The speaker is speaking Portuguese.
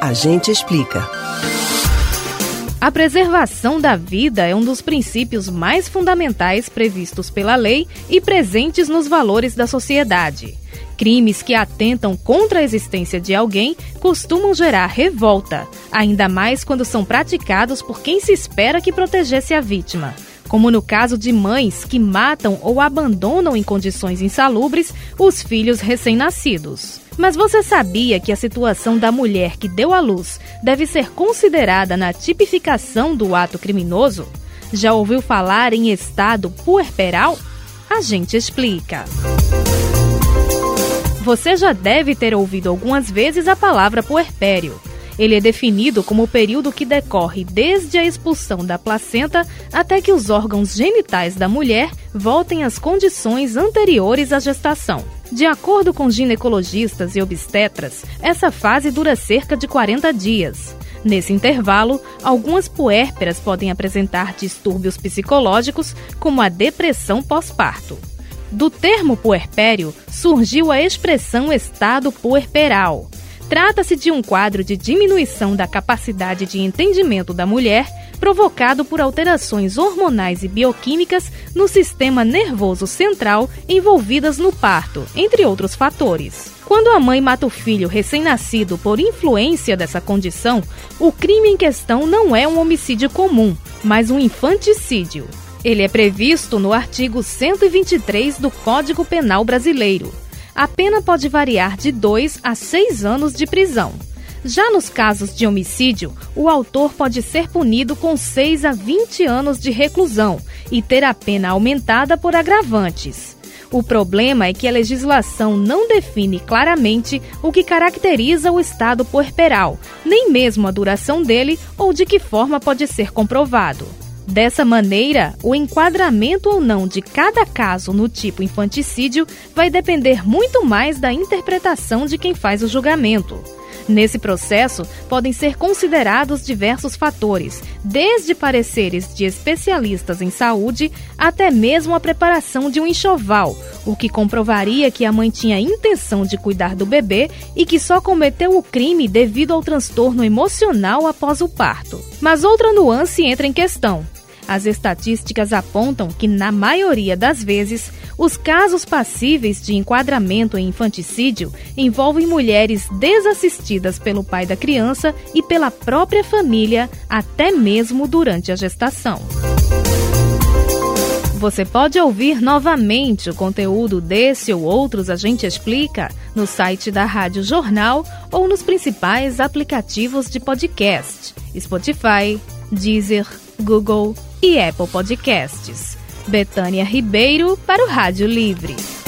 A gente explica. A preservação da vida é um dos princípios mais fundamentais previstos pela lei e presentes nos valores da sociedade. Crimes que atentam contra a existência de alguém costumam gerar revolta, ainda mais quando são praticados por quem se espera que protegesse a vítima, como no caso de mães que matam ou abandonam em condições insalubres os filhos recém-nascidos. Mas você sabia que a situação da mulher que deu à luz deve ser considerada na tipificação do ato criminoso? Já ouviu falar em estado puerperal? A gente explica. Você já deve ter ouvido algumas vezes a palavra puerpério. Ele é definido como o período que decorre desde a expulsão da placenta até que os órgãos genitais da mulher voltem às condições anteriores à gestação. De acordo com ginecologistas e obstetras, essa fase dura cerca de 40 dias. Nesse intervalo, algumas puérperas podem apresentar distúrbios psicológicos, como a depressão pós-parto. Do termo puerpério surgiu a expressão estado puerperal. Trata-se de um quadro de diminuição da capacidade de entendimento da mulher, provocado por alterações hormonais e bioquímicas no sistema nervoso central envolvidas no parto, entre outros fatores. Quando a mãe mata o filho recém-nascido por influência dessa condição, o crime em questão não é um homicídio comum, mas um infanticídio. Ele é previsto no artigo 123 do Código Penal Brasileiro. A pena pode variar de 2 a 6 anos de prisão. Já nos casos de homicídio, o autor pode ser punido com 6 a 20 anos de reclusão e ter a pena aumentada por agravantes. O problema é que a legislação não define claramente o que caracteriza o estado puerperal, nem mesmo a duração dele ou de que forma pode ser comprovado. Dessa maneira, o enquadramento ou não de cada caso no tipo infanticídio vai depender muito mais da interpretação de quem faz o julgamento. Nesse processo, podem ser considerados diversos fatores, desde pareceres de especialistas em saúde até mesmo a preparação de um enxoval, o que comprovaria que a mãe tinha intenção de cuidar do bebê e que só cometeu o crime devido ao transtorno emocional após o parto. Mas outra nuance entra em questão. As estatísticas apontam que, na maioria das vezes, os casos passíveis de enquadramento em infanticídio envolvem mulheres desassistidas pelo pai da criança e pela própria família, até mesmo durante a gestação. Você pode ouvir novamente o conteúdo desse ou outros A Gente Explica no site da Rádio Jornal ou nos principais aplicativos de podcast: Spotify, Deezer, Google e Apple Podcasts. Betânia Ribeiro para o Rádio Livre.